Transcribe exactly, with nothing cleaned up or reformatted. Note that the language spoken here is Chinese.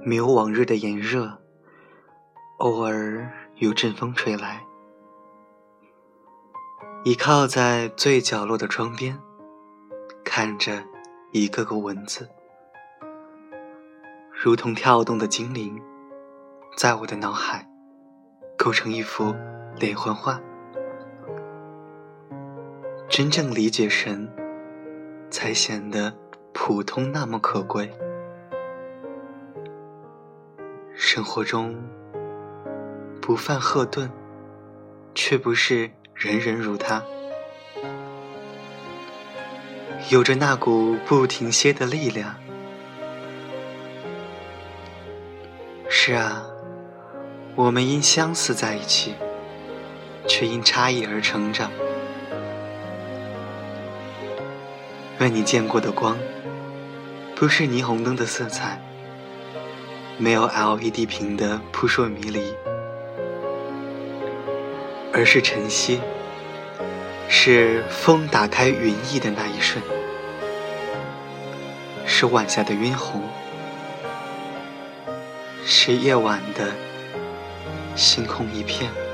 没有往日的炎热，偶尔有阵风吹来，倚靠在最角落的窗边，看着一个个蚊子，如同跳动的精灵，在我的脑海构成一幅连环画。真正理解神，才显得普通那么可贵。生活中不犯赫顿，却不是人人如他，有着那股不停歇的力量。是啊，我们因相似在一起，却因差异而成长。愿你见过的光，不是霓虹灯的色彩，没有 L E D 屏的扑朔迷离，而是晨曦，是风打开云翳的那一瞬，是晚霞的晕红，是夜晚的星空一片。